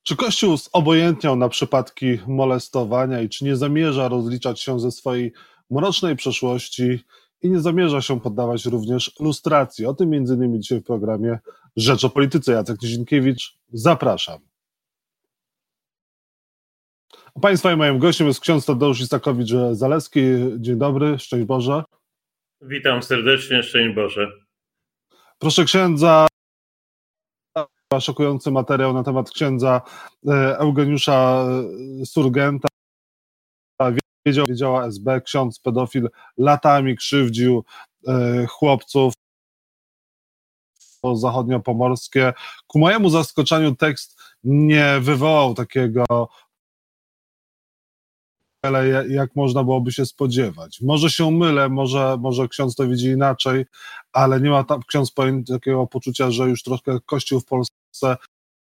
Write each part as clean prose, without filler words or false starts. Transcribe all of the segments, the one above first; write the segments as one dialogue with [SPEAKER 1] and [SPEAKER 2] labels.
[SPEAKER 1] Czy Kościół zobojętniał na przypadki molestowania i czy nie zamierza rozliczać się ze swojej mrocznej przeszłości i nie zamierza się poddawać również lustracji? O tym między innymi dzisiaj w programie Rzecz o Polityce. Jacek Nizinkiewicz, zapraszam. Państwa i moim gościem jest ksiądz Tadeusz Isakowicz-Zaleski. Dzień dobry, szczęść Boże.
[SPEAKER 2] Witam serdecznie, szczęść Boże. Proszę
[SPEAKER 1] księdza, szokujący materiał na temat księdza Eugeniusza Surgenta. Wiedziała SB, ksiądz pedofil latami krzywdził chłopców zachodniopomorskie. Ku mojemu zaskoczeniu tekst nie wywołał takiego, jak można byłoby się spodziewać. Może się mylę, może ksiądz to widzi inaczej, ale nie ma tam ksiądz takiego poczucia, że już troszkę Kościół w Polsce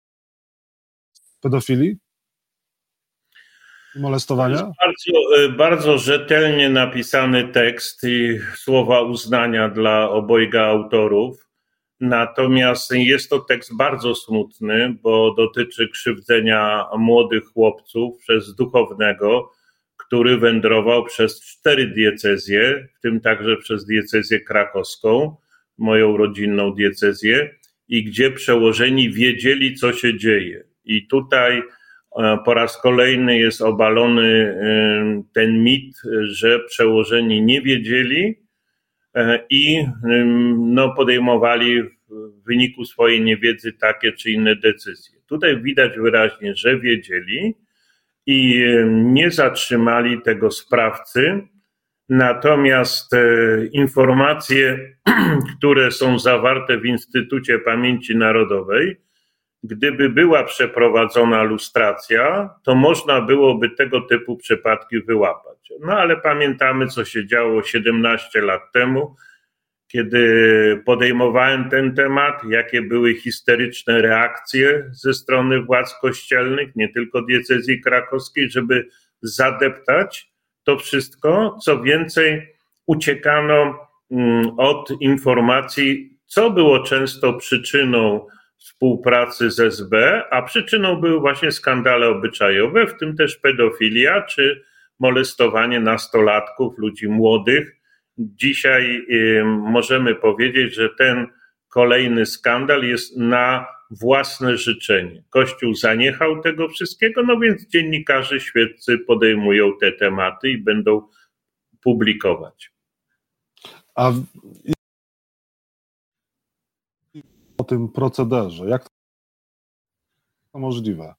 [SPEAKER 1] pedofilii? Molestowania?
[SPEAKER 2] To jest bardzo rzetelnie napisany tekst i słowa uznania dla obojga autorów. Natomiast jest to tekst bardzo smutny, bo dotyczy krzywdzenia młodych chłopców przez duchownego, który wędrował przez 4 diecezje, w tym także przez diecezję krakowską, moją rodzinną diecezję, i gdzie przełożeni wiedzieli, co się dzieje. I tutaj po raz kolejny jest obalony ten mit, że przełożeni nie wiedzieli i podejmowali w wyniku swojej niewiedzy takie czy inne decyzje. Tutaj widać wyraźnie, że wiedzieli i nie zatrzymali tego sprawcy, natomiast informacje, które są zawarte w Instytucie Pamięci Narodowej, gdyby była przeprowadzona lustracja, to można byłoby tego typu przypadki wyłapać. No ale pamiętamy, co się działo 17 lat temu, kiedy podejmowałem ten temat, jakie były histeryczne reakcje ze strony władz kościelnych, nie tylko diecezji krakowskiej, żeby zadeptać to wszystko. Co więcej, uciekano od informacji, co było często przyczyną współpracy z SB, a przyczyną były właśnie skandale obyczajowe, w tym też pedofilia czy molestowanie nastolatków, ludzi młodych. Dzisiaj możemy powiedzieć, że ten kolejny skandal jest na własne życzenie. Kościół zaniechał tego wszystkiego, no więc dziennikarze świeccy podejmują te tematy i będą publikować.
[SPEAKER 1] A o tym procederze, jak to możliwe?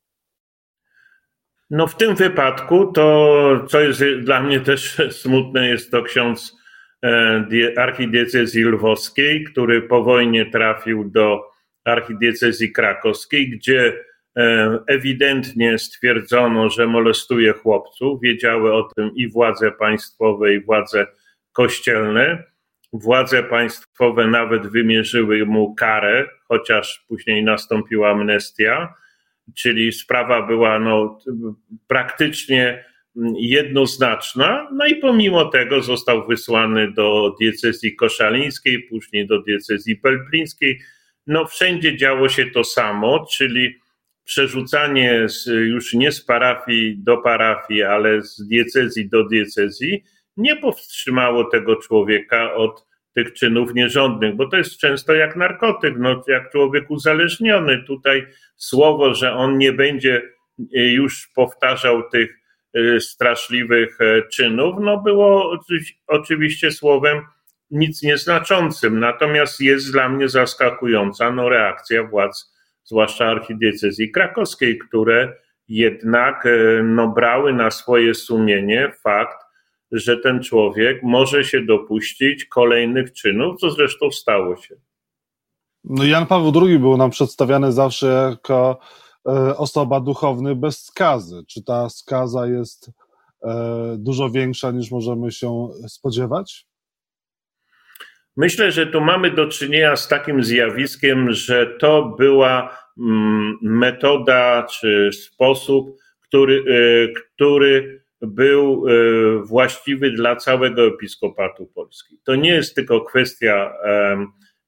[SPEAKER 2] No w tym wypadku to, co jest dla mnie też smutne, jest to ksiądz archidiecezji lwowskiej, który po wojnie trafił do archidiecezji krakowskiej, gdzie ewidentnie stwierdzono, że molestuje chłopców. Wiedziały o tym i władze państwowe, i władze kościelne. Władze państwowe nawet wymierzyły mu karę, chociaż później nastąpiła amnestia. Czyli sprawa była praktycznie jednoznaczna, no i pomimo tego został wysłany do diecezji koszalińskiej, później do diecezji pelplińskiej. No wszędzie działo się to samo, czyli przerzucanie już nie z parafii do parafii, ale z diecezji do diecezji nie powstrzymało tego człowieka od tych czynów nierządnych, bo to jest często jak narkotyk, jak człowiek uzależniony. Tutaj słowo, że on nie będzie już powtarzał tych straszliwych czynów, było oczywiście słowem nic nieznaczącym. Natomiast jest dla mnie zaskakująca reakcja władz, zwłaszcza archidiecezji krakowskiej, które jednak brały na swoje sumienie fakt, że ten człowiek może się dopuścić kolejnych czynów, co zresztą stało się.
[SPEAKER 1] Jan Paweł II był nam przedstawiany zawsze jako osoba duchowny bez skazy. Czy ta skaza jest dużo większa, niż możemy się spodziewać?
[SPEAKER 2] Myślę, że tu mamy do czynienia z takim zjawiskiem, że to była metoda czy sposób, który był właściwy dla całego episkopatu Polski. To nie jest tylko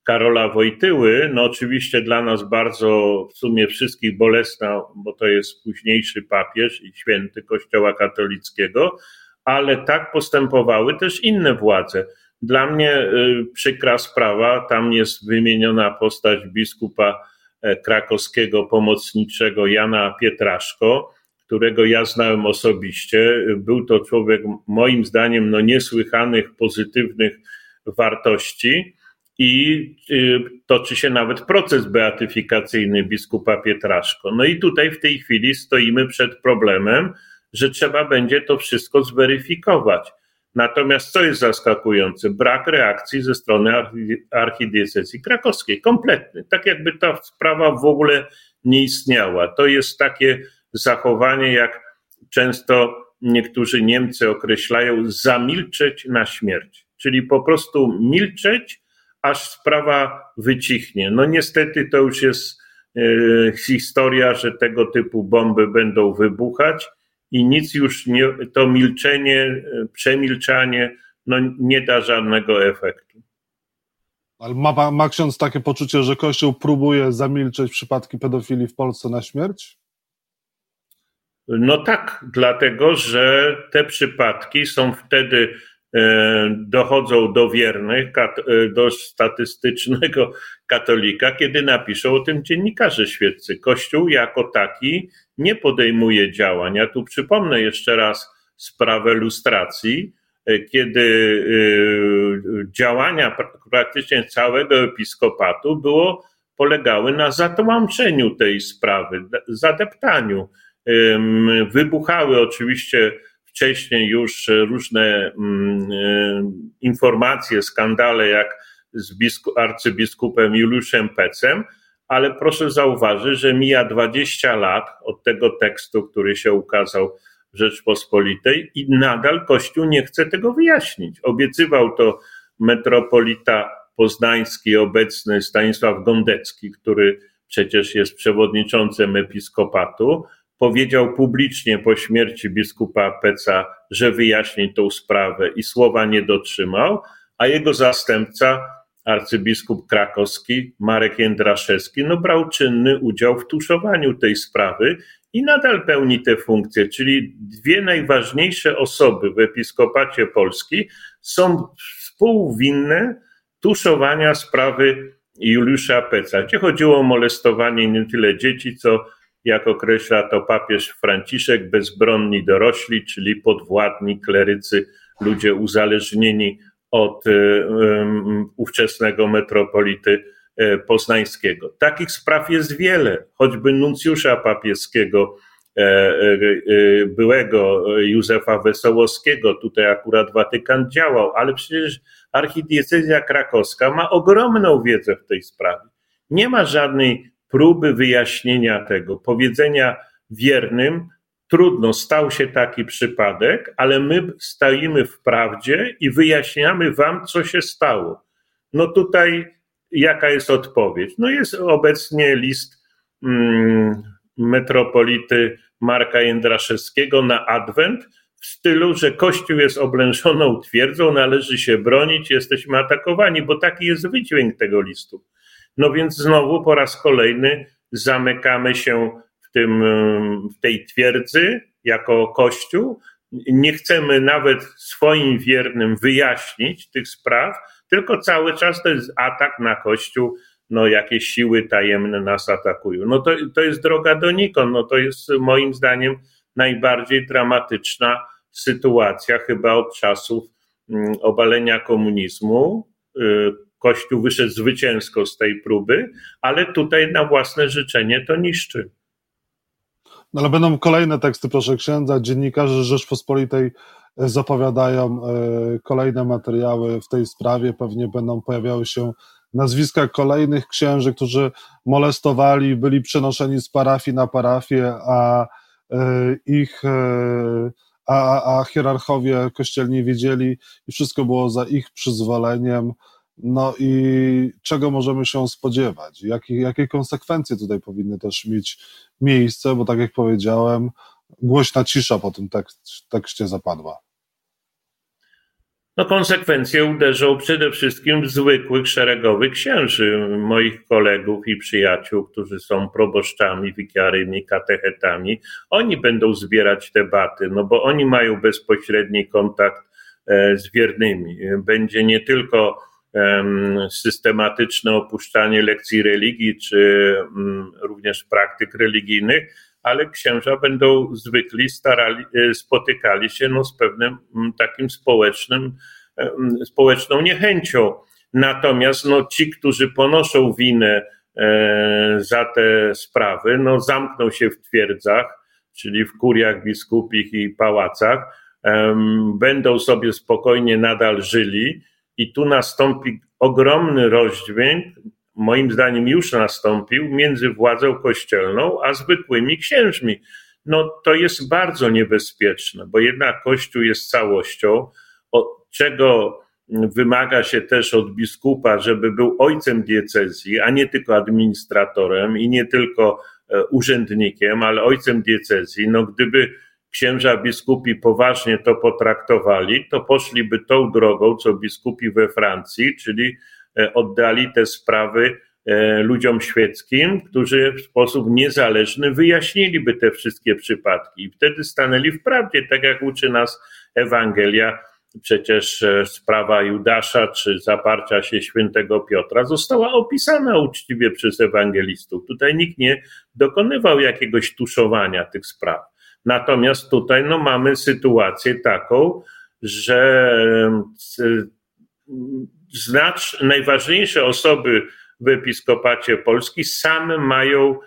[SPEAKER 2] Karola Wojtyły, no oczywiście dla nas bardzo, w sumie wszystkich bolesna, bo to jest późniejszy papież i święty Kościoła katolickiego, ale tak postępowały też inne władze. Dla mnie przykra sprawa, tam jest wymieniona postać biskupa krakowskiego pomocniczego Jana Pietraszko, którego ja znałem osobiście. Był to człowiek moim zdaniem niesłychanych pozytywnych wartości i toczy się nawet proces beatyfikacyjny biskupa Pietraszko. No i tutaj w tej chwili stoimy przed problemem, że trzeba będzie to wszystko zweryfikować. Natomiast co jest zaskakujące? Brak reakcji ze strony archidiecezji krakowskiej, kompletny. Tak jakby ta sprawa w ogóle nie istniała. To jest takie zachowanie, jak często niektórzy Niemcy określają, zamilczeć na śmierć. Czyli po prostu milczeć, aż sprawa wycichnie. No niestety to już jest historia, że tego typu bomby będą wybuchać i nic już nie, to milczenie, przemilczanie nie da żadnego efektu.
[SPEAKER 1] Ale ma ksiądz takie poczucie, że Kościół próbuje zamilczeć przypadki pedofilii w Polsce na śmierć?
[SPEAKER 2] No tak, dlatego że te przypadki są wtedy, dochodzą do wiernych, do statystycznego katolika, kiedy napiszą o tym dziennikarze świeccy. Kościół jako taki nie podejmuje działań. Ja tu przypomnę jeszcze raz sprawę lustracji, kiedy działania praktycznie całego episkopatu polegały na zatłamszeniu tej sprawy, zadeptaniu. Wybuchały oczywiście wcześniej już różne informacje, skandale, jak z arcybiskupem Juliuszem Pecem, ale proszę zauważyć, że mija 20 lat od tego tekstu, który się ukazał w Rzeczpospolitej i nadal Kościół nie chce tego wyjaśnić. Obiecywał to metropolita poznański obecny Stanisław Gondecki, który przecież jest przewodniczącym episkopatu. Powiedział publicznie po śmierci biskupa Peca, że wyjaśni tą sprawę i słowa nie dotrzymał, a jego zastępca, arcybiskup krakowski Marek Jędraszewski, brał czynny udział w tuszowaniu tej sprawy i nadal pełni te funkcje, czyli dwie najważniejsze osoby w episkopacie Polski są współwinne tuszowania sprawy Juliusza Peca, gdzie chodziło o molestowanie nie tyle dzieci, co jak określa to papież Franciszek, bezbronni dorośli, czyli podwładni, klerycy, ludzie uzależnieni od ówczesnego metropolity poznańskiego. Takich spraw jest wiele, choćby nuncjusza papieskiego, byłego Józefa Wesołowskiego, tutaj akurat Watykan działał, ale przecież archidiecezja krakowska ma ogromną wiedzę w tej sprawie. Nie ma żadnej próby wyjaśnienia tego, powiedzenia wiernym, trudno, stał się taki przypadek, ale my stoimy w prawdzie i wyjaśniamy wam, co się stało. No tutaj jaka jest odpowiedź? No jest obecnie list metropolity Marka Jędraszewskiego na adwent w stylu, że Kościół jest oblężoną twierdzą, należy się bronić, jesteśmy atakowani, bo taki jest wydźwięk tego listu. No więc znowu po raz kolejny zamykamy się w tej twierdzy jako Kościół. Nie chcemy nawet swoim wiernym wyjaśnić tych spraw, tylko cały czas to jest atak na Kościół, jakieś siły tajemne nas atakują. To jest droga donikąd, to jest moim zdaniem najbardziej dramatyczna sytuacja chyba od czasów obalenia komunizmu. Kościół wyszedł zwycięsko z tej próby, ale tutaj na własne życzenie to niszczy.
[SPEAKER 1] No ale będą kolejne teksty, proszę księdza. Dziennikarze Rzeczpospolitej zapowiadają kolejne materiały w tej sprawie. Pewnie będą pojawiały się nazwiska kolejnych księży, którzy molestowali, byli przenoszeni z parafii na parafię, a hierarchowie kościelni wiedzieli i wszystko było za ich przyzwoleniem. No i czego możemy się spodziewać? Jakie konsekwencje tutaj powinny też mieć miejsce, bo tak jak powiedziałem, głośna cisza po tym tekście zapadła.
[SPEAKER 2] No konsekwencje uderzą przede wszystkim w zwykłych, szeregowych księży, moich kolegów i przyjaciół, którzy są proboszczami, wikiarymi, katechetami. Oni będą zbierać te baty, no bo oni mają bezpośredni kontakt z wiernymi. Będzie nie tylko systematyczne opuszczanie lekcji religii, czy również praktyk religijnych, ale księża będą zwykli spotykali się z pewnym takim społeczną niechęcią. Natomiast ci, którzy ponoszą winę za te sprawy, zamkną się w twierdzach, czyli w kuriach biskupich i pałacach, będą sobie spokojnie nadal żyli i tu nastąpi ogromny rozdźwięk, moim zdaniem już nastąpił, między władzą kościelną a zwykłymi księżmi. To jest bardzo niebezpieczne, bo jednak Kościół jest całością, czego wymaga się też od biskupa, żeby był ojcem diecezji, a nie tylko administratorem i nie tylko urzędnikiem, ale ojcem diecezji. Gdyby księża biskupi poważnie to potraktowali, to poszliby tą drogą, co biskupi we Francji, czyli oddali te sprawy ludziom świeckim, którzy w sposób niezależny wyjaśniliby te wszystkie przypadki i wtedy stanęli w prawdzie, tak jak uczy nas Ewangelia. Przecież sprawa Judasza czy zaparcia się świętego Piotra została opisana uczciwie przez ewangelistów. Tutaj nikt nie dokonywał jakiegoś tuszowania tych spraw. Natomiast tutaj mamy sytuację taką, że najważniejsze osoby w Episkopacie Polski same mają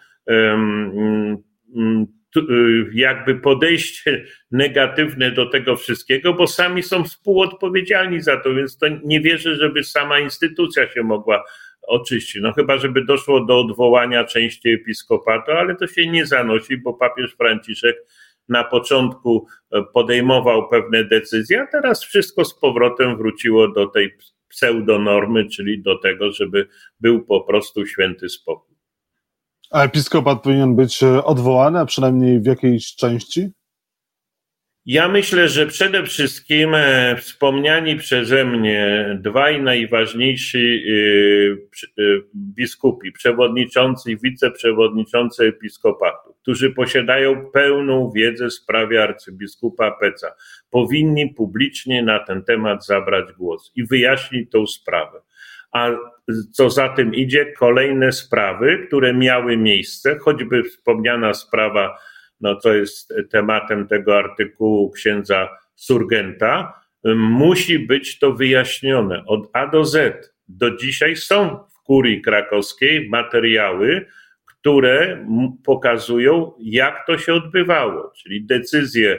[SPEAKER 2] jakby podejście negatywne do tego wszystkiego, bo sami są współodpowiedzialni za to, więc to nie wierzę, żeby sama instytucja się mogła oczyścić. Chyba, żeby doszło do odwołania części episkopatu, ale to się nie zanosi, bo papież Franciszek na początku podejmował pewne decyzje, a teraz wszystko z powrotem wróciło do tej pseudonormy, czyli do tego, żeby był po prostu święty spokój.
[SPEAKER 1] A episkopat powinien być odwołany, a przynajmniej w jakiejś części?
[SPEAKER 2] Ja myślę, że przede wszystkim wspomniani przeze mnie dwaj najważniejsi biskupi, przewodniczący i wiceprzewodniczący episkopatu, którzy posiadają pełną wiedzę w sprawie arcybiskupa Peca, powinni publicznie na ten temat zabrać głos i wyjaśnić tą sprawę. A co za tym idzie, kolejne sprawy, które miały miejsce, choćby wspomniana sprawa, co jest tematem tego artykułu księdza Surgenta, musi być to wyjaśnione od A do Z. Do dzisiaj są w kurii krakowskiej materiały, które pokazują, jak to się odbywało, czyli decyzje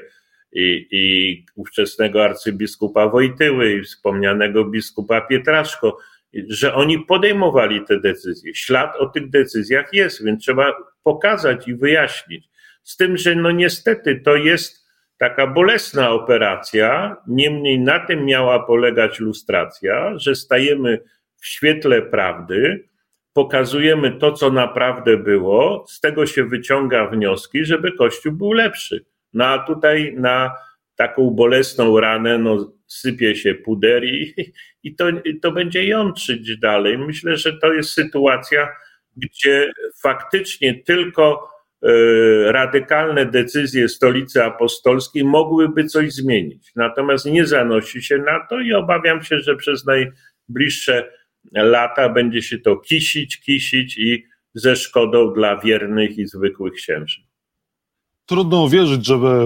[SPEAKER 2] i ówczesnego arcybiskupa Wojtyły i wspomnianego biskupa Pietraszko, że oni podejmowali te decyzje. Ślad o tych decyzjach jest, więc trzeba pokazać i wyjaśnić. Z tym, że niestety to jest taka bolesna operacja, niemniej na tym miała polegać lustracja, że stajemy w świetle prawdy, pokazujemy to, co naprawdę było, z tego się wyciąga wnioski, żeby Kościół był lepszy. A tutaj na taką bolesną ranę sypie się puder i to będzie jątrzyć dalej. Myślę, że to jest sytuacja, gdzie faktycznie tylko radykalne decyzje Stolicy Apostolskiej mogłyby coś zmienić. Natomiast nie zanosi się na to i obawiam się, że przez najbliższe lata będzie się to kisić i ze szkodą dla wiernych i zwykłych księży.
[SPEAKER 1] Trudno uwierzyć,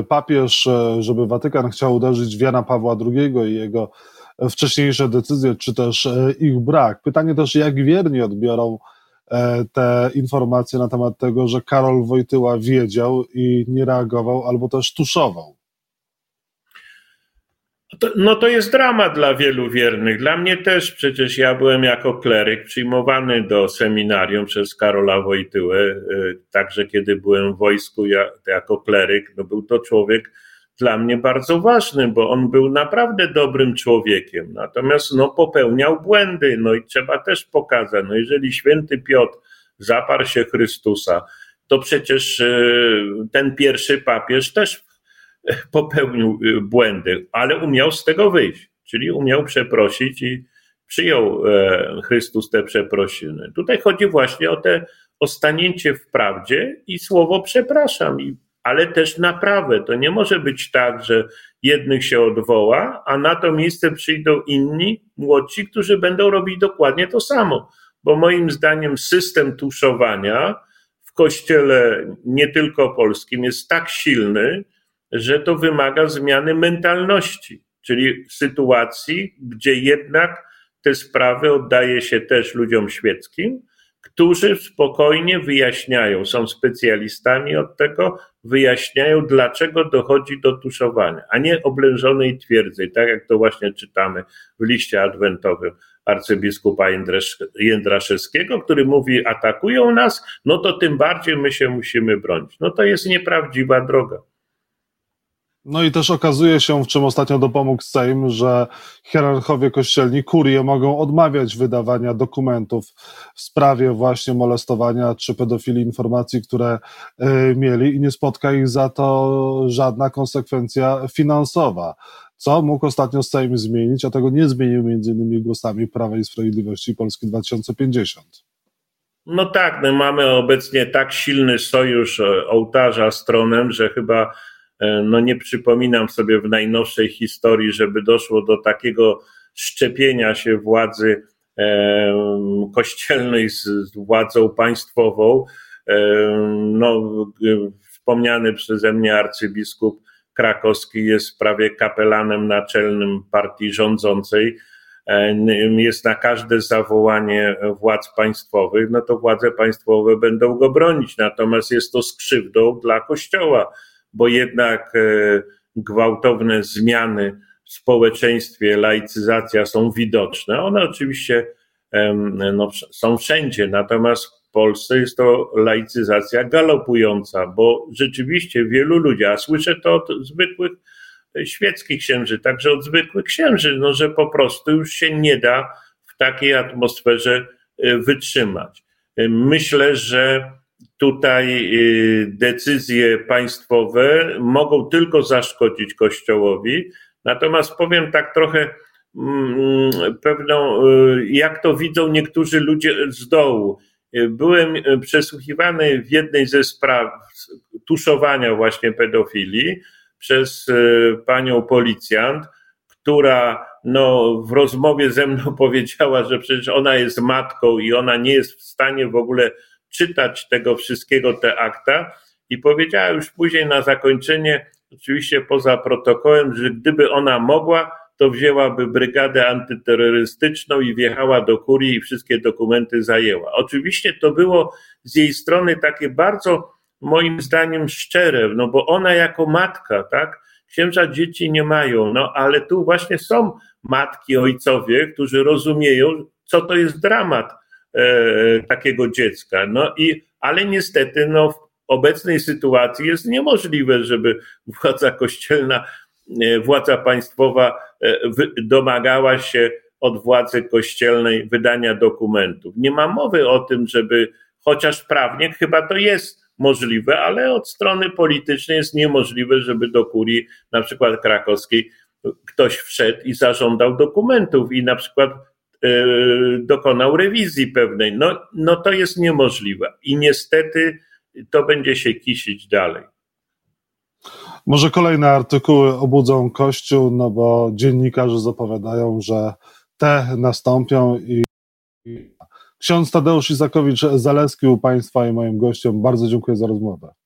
[SPEAKER 1] żeby Watykan chciał uderzyć w Jana Pawła II i jego wcześniejsze decyzje, czy też ich brak. Pytanie też, jak wierni odbiorą te informacje na temat tego, że Karol Wojtyła wiedział i nie reagował, albo też tuszował.
[SPEAKER 2] To jest dramat dla wielu wiernych. Dla mnie też, przecież ja byłem jako kleryk przyjmowany do seminarium przez Karola Wojtyłę, także kiedy byłem w wojsku jako kleryk, był to człowiek dla mnie bardzo ważny, bo on był naprawdę dobrym człowiekiem, natomiast popełniał błędy, i trzeba też pokazać, jeżeli święty Piotr zaparł się Chrystusa, to przecież ten pierwszy papież też popełnił błędy, ale umiał z tego wyjść. czyli umiał przeprosić i przyjął Chrystus te przeprosiny. Tutaj chodzi właśnie o stanięcie w prawdzie i słowo przepraszam, ale też naprawę. To nie może być tak, że jednych się odwoła, a na to miejsce przyjdą inni, młodsi, którzy będą robić dokładnie to samo. Bo moim zdaniem system tuszowania w Kościele nie tylko polskim jest tak silny, że to wymaga zmiany mentalności, czyli sytuacji, gdzie jednak te sprawy oddaje się też ludziom świeckim, którzy spokojnie wyjaśniają, są specjalistami od tego, wyjaśniają, dlaczego dochodzi do tuszowania, a nie oblężonej twierdzy, tak jak to właśnie czytamy w liście adwentowym arcybiskupa Jędraszewskiego, który mówi, atakują nas, no to tym bardziej my się musimy bronić. No to jest nieprawdziwa droga.
[SPEAKER 1] No i też okazuje się, w czym ostatnio dopomógł Sejm, że hierarchowie kościelni, kurie mogą odmawiać wydawania dokumentów w sprawie właśnie molestowania czy pedofilii, informacji, które mieli, i nie spotka ich za to żadna konsekwencja finansowa. Co mógł ostatnio Sejm zmienić, a tego nie zmienił między innymi głosami Prawa i Sprawiedliwości i Polski 2050.
[SPEAKER 2] No tak, my mamy obecnie tak silny sojusz ołtarza z tronem, że chyba nie przypominam sobie w najnowszej historii, żeby doszło do takiego szczepienia się władzy kościelnej z władzą państwową. Wspomniany przeze mnie arcybiskup krakowski jest prawie kapelanem naczelnym partii rządzącej. Jest na każde zawołanie władz państwowych, no to władze państwowe będą go bronić. Natomiast jest to z krzywdą dla Kościoła, bo jednak gwałtowne zmiany w społeczeństwie, laicyzacja są widoczne. One oczywiście są wszędzie, natomiast w Polsce jest to laicyzacja galopująca, bo rzeczywiście wielu ludzi, a słyszę to od zwykłych świeckich księży, także od zwykłych księży, że po prostu już się nie da w takiej atmosferze wytrzymać. Myślę, że tutaj decyzje państwowe mogą tylko zaszkodzić Kościołowi, natomiast powiem tak trochę jak to widzą niektórzy ludzie z dołu. Byłem przesłuchiwany w jednej ze spraw tuszowania właśnie pedofilii przez panią policjant, która w rozmowie ze mną powiedziała, że przecież ona jest matką i ona nie jest w stanie w ogóle czytać tego wszystkiego, te akta, i powiedziała już później na zakończenie, oczywiście poza protokołem, że gdyby ona mogła, to wzięłaby brygadę antyterrorystyczną i wjechała do kurii i wszystkie dokumenty zajęła. Oczywiście to było z jej strony takie bardzo, moim zdaniem, szczere, bo ona jako matka, tak, księża dzieci nie mają, ale tu właśnie są matki, ojcowie, którzy rozumieją, co to jest dramat takiego dziecka. Ale niestety w obecnej sytuacji jest niemożliwe, żeby władza kościelna, władza państwowa domagała się od władzy kościelnej wydania dokumentów. Nie ma mowy o tym, żeby, chociaż prawnie chyba to jest możliwe, ale od strony politycznej jest niemożliwe, żeby do kurii na przykład krakowskiej ktoś wszedł i zażądał dokumentów i na przykład dokonał rewizji pewnej. To jest niemożliwe i niestety to będzie się kisić dalej.
[SPEAKER 1] Może kolejne artykuły obudzą Kościół, bo dziennikarze zapowiadają, że te nastąpią. I ksiądz Tadeusz Izakowicz-Zaleski u Państwa i moim gościem. Bardzo dziękuję za rozmowę.